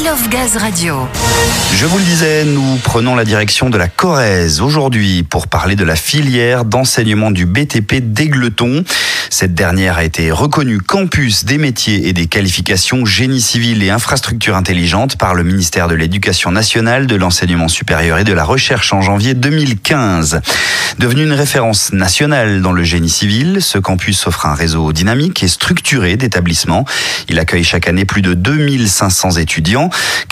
Wheel of Gaz Radio. Je vous le disais, nous prenons la direction de la Corrèze aujourd'hui pour parler de la filière d'enseignement du BTP d'Égletons. Cette dernière a été reconnue campus des métiers et des qualifications génie civil et infrastructures intelligentes par le ministère de l'Éducation nationale, de l'enseignement supérieur et de la recherche en janvier 2015. Devenu une référence nationale dans le génie civil, ce campus offre un réseau dynamique et structuré d'établissements. Il accueille chaque année plus de 2500 étudiants.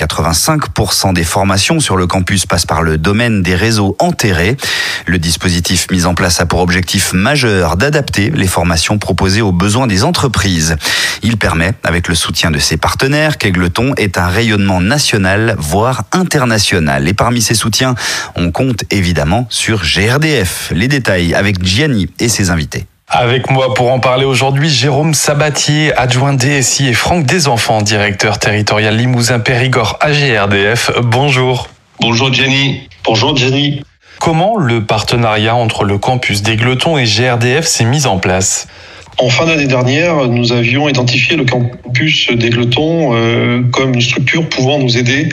85% des formations sur le campus passent par le domaine des réseaux enterrés. Le dispositif mis en place a pour objectif majeur d'adapter les formations proposées aux besoins des entreprises. Il permet, avec le soutien de ses partenaires, qu'Égletons ait un rayonnement national, voire international. Et parmi ces soutiens, on compte évidemment sur GRDF. Les détails avec Gianni et ses invités. Avec moi pour en parler aujourd'hui, Jérôme Sabatier, adjoint DSI, et Franck Desenfants, directeur territorial Limousin-Périgord à GRDF. Bonjour. Bonjour Gianni. Bonjour Gianni. Comment le partenariat entre le campus d'Égletons et GRDF s'est mis en place ? En fin d'année dernière, nous avions identifié le campus d'Égletons comme une structure pouvant nous aider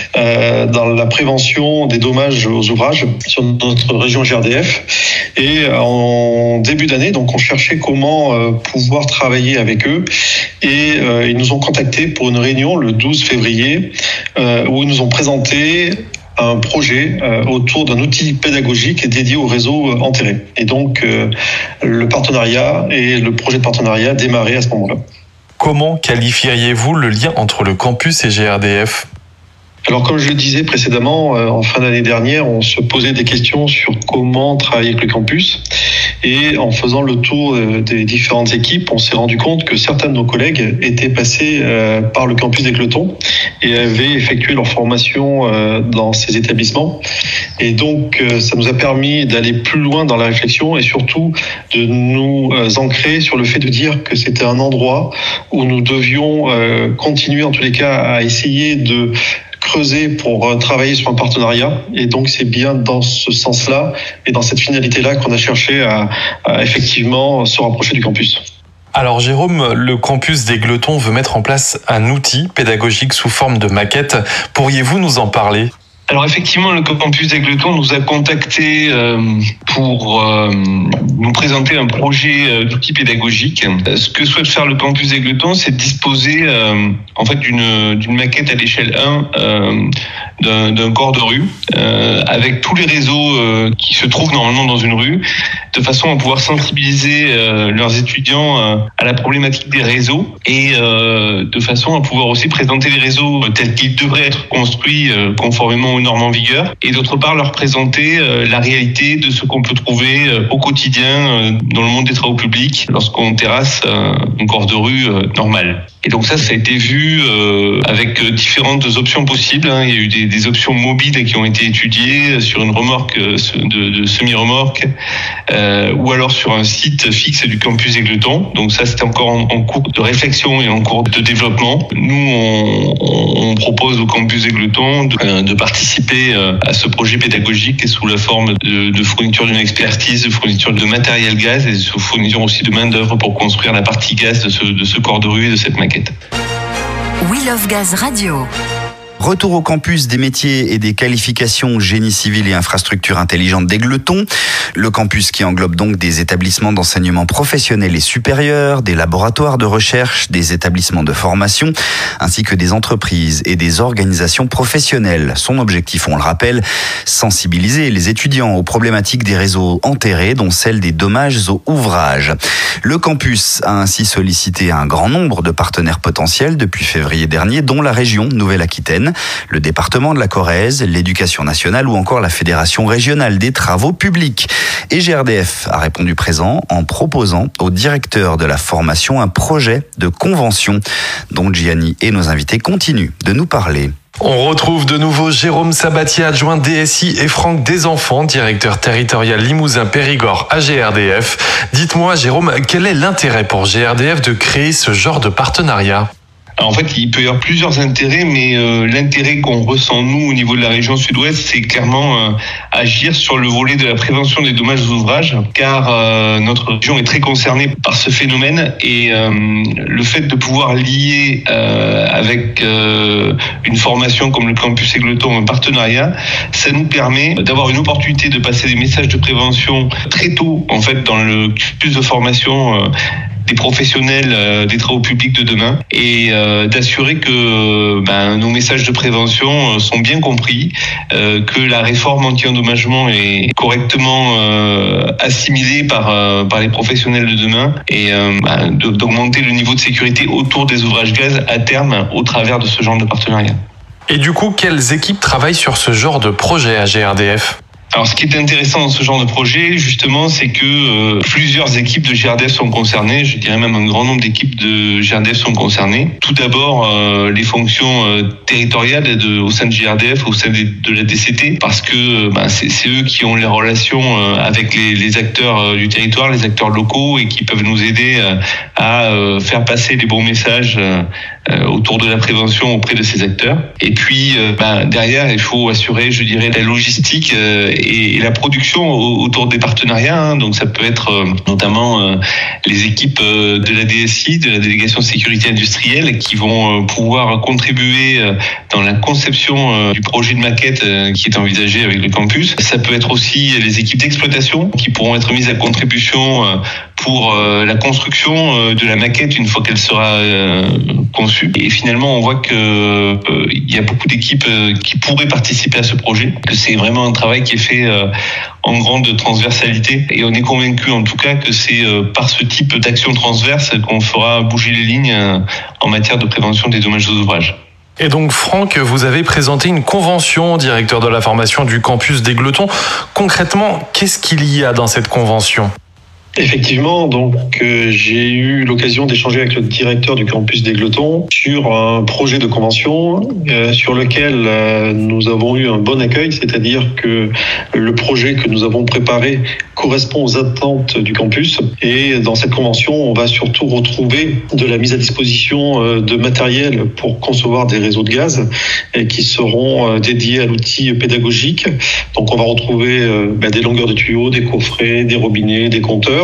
dans la prévention des dommages aux ouvrages sur notre région GRDF. Et en début d'année, donc, on cherchait comment pouvoir travailler avec eux. Et ils nous ont contactés pour une réunion le 12 février où ils nous ont présenté un projet autour d'un outil pédagogique dédié au réseau enterré. Et donc, le partenariat et le projet de partenariat démarrait à ce moment-là. Comment qualifieriez-vous le lien entre le campus et GRDF ? Alors, comme je le disais précédemment, en fin d'année dernière, on se posait des questions sur comment travailler avec le campus. Et en faisant le tour des différentes équipes, on s'est rendu compte que certains de nos collègues étaient passés par le campus d'Égletons et avaient effectué leur formation dans ces établissements. Et donc, ça nous a permis d'aller plus loin dans la réflexion et surtout de nous ancrer sur le fait de dire que c'était un endroit où nous devions continuer, en tous les cas, à essayer de creuser pour travailler sur un partenariat. Et donc, c'est bien dans ce sens-là et dans cette finalité-là qu'on a cherché à effectivement se rapprocher du campus. Alors Jérôme, le campus d'Égletons veut mettre en place un outil pédagogique sous forme de maquette. Pourriez-vous nous en parler ? Alors effectivement, le campus d'Égletons nous a contactés pour nous présenter un projet d'outil pédagogique. Ce que souhaite faire le campus d'Égletons, c'est disposer en fait d'une maquette à l'échelle 1 d'un corps de rue avec tous les réseaux qui se trouvent normalement dans une rue, de façon à pouvoir sensibiliser leurs étudiants à la problématique des réseaux et de façon à pouvoir aussi présenter les réseaux tels qu'ils devraient être construits conformément aux normes en vigueur, et d'autre part leur présenter la réalité de ce qu'on peut trouver au quotidien dans le monde des travaux publics lorsqu'on terrasse un corps de rue normal. Et donc ça a été vu avec différentes options possibles. Il y a eu des options mobiles qui ont été étudiées sur une remorque de semi-remorque ou alors sur un site fixe du campus Égletons. Donc ça, c'est encore en cours de réflexion et en cours de développement. Nous, on propose au campus Égletons de participer à ce projet pédagogique sous la forme de fourniture d'une expertise, de fourniture de matériel gaz et de fourniture aussi de main-d'œuvre pour construire la partie gaz de ce corps de rue et de cette maquette. Wheel of Gaz Radio. Retour au campus des métiers et des qualifications génie civil et infrastructures intelligentes d'Égletons. Le campus qui englobe donc des établissements d'enseignement professionnel et supérieur, des laboratoires de recherche, des établissements de formation, ainsi que des entreprises et des organisations professionnelles. Son objectif, on le rappelle, sensibiliser les étudiants aux problématiques des réseaux enterrés, dont celle des dommages aux ouvrages. Le campus a ainsi sollicité un grand nombre de partenaires potentiels depuis février dernier, dont la région Nouvelle-Aquitaine, le département de la Corrèze, l'Éducation nationale ou encore la Fédération régionale des travaux publics. Et GRDF a répondu présent en proposant au directeur de la formation un projet de convention dont Gianni et nos invités continuent de nous parler. On retrouve de nouveau Jérôme Sabatier, adjoint DSI, et Franck Desenfants, directeur territorial Limousin-Périgord à GRDF. Dites-moi Jérôme, quel est l'intérêt pour GRDF de créer ce genre de partenariat ? Alors en fait, il peut y avoir plusieurs intérêts, mais l'intérêt qu'on ressent nous au niveau de la région Sud-Ouest, c'est clairement agir sur le volet de la prévention des dommages aux ouvrages, car notre région est très concernée par ce phénomène et le fait de pouvoir lier avec une formation comme le campus Égletons, un partenariat, ça nous permet d'avoir une opportunité de passer des messages de prévention très tôt en fait dans le cursus de formation des professionnels des travaux publics de demain et d'assurer que nos messages de prévention sont bien compris, que la réforme anti-endommagement est correctement assimilée par les professionnels de demain et d'augmenter le niveau de sécurité autour des ouvrages gaz à terme au travers de ce genre de partenariat. Et du coup, quelles équipes travaillent sur ce genre de projet à GRDF ? Alors, ce qui est intéressant dans ce genre de projet, justement, c'est que plusieurs équipes de GRDF sont concernées. Je dirais même un grand nombre d'équipes de GRDF sont concernées. Tout d'abord, les fonctions territoriales au sein de GRDF, au sein de la DCT, parce que c'est eux qui ont les relations avec les acteurs du territoire, les acteurs locaux, et qui peuvent nous aider à faire passer les bons messages autour de la prévention auprès de ces acteurs. Et puis, derrière, il faut assurer, je dirais, la logistique et la production autour des partenariats. Donc ça peut être notamment les équipes de la DSI, de la délégation sécurité industrielle, qui vont pouvoir contribuer dans la conception du projet de maquette qui est envisagé avec le campus. Ça peut être aussi les équipes d'exploitation qui pourront être mises à contribution pour la construction de la maquette une fois qu'elle sera conçue. Et finalement, on voit que il y a beaucoup d'équipes qui pourraient participer à ce projet, que c'est vraiment un travail qui est fait en grande transversalité. Et on est convaincu en tout cas que c'est par ce type d'action transverse qu'on fera bouger les lignes en matière de prévention des dommages aux ouvrages. Et donc Franck, vous avez présenté une convention, directeur de la formation du campus d'Égletons. Concrètement, qu'est-ce qu'il y a dans cette convention ? Effectivement, donc j'ai eu l'occasion d'échanger avec le directeur du campus d'Égletons sur un projet de convention sur lequel nous avons eu un bon accueil, c'est-à-dire que le projet que nous avons préparé correspond aux attentes du campus et dans cette convention, on va surtout retrouver de la mise à disposition de matériel pour concevoir des réseaux de gaz et qui seront dédiés à l'outil pédagogique. Donc on va retrouver des longueurs de tuyaux, des coffrets, des robinets, des compteurs.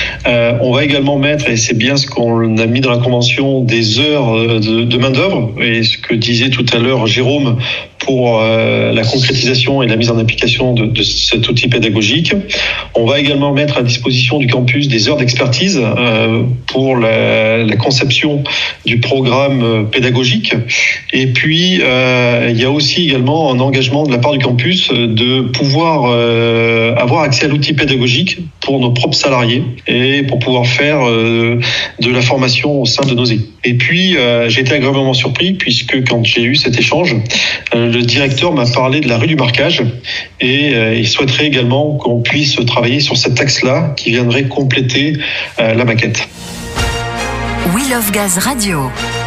On va également mettre, et c'est bien ce qu'on a mis dans la convention, des heures de main-d'œuvre, et ce que disait tout à l'heure Jérôme pour la concrétisation et la mise en application de cet outil pédagogique. On va également mettre à disposition du campus des heures d'expertise pour la conception du programme pédagogique. Et puis, il y a aussi également un engagement de la part du campus de pouvoir avoir accès à l'outil pédagogique pour nos propres salariés et pour pouvoir faire de la formation au sein de nos équipes. Et puis, j'ai été agréablement surpris puisque quand j'ai eu cet échange, le directeur m'a parlé de la rue du Marquage et il souhaiterait également qu'on puisse travailler sur cet axe-là qui viendrait compléter la maquette. We Love Gaz Radio.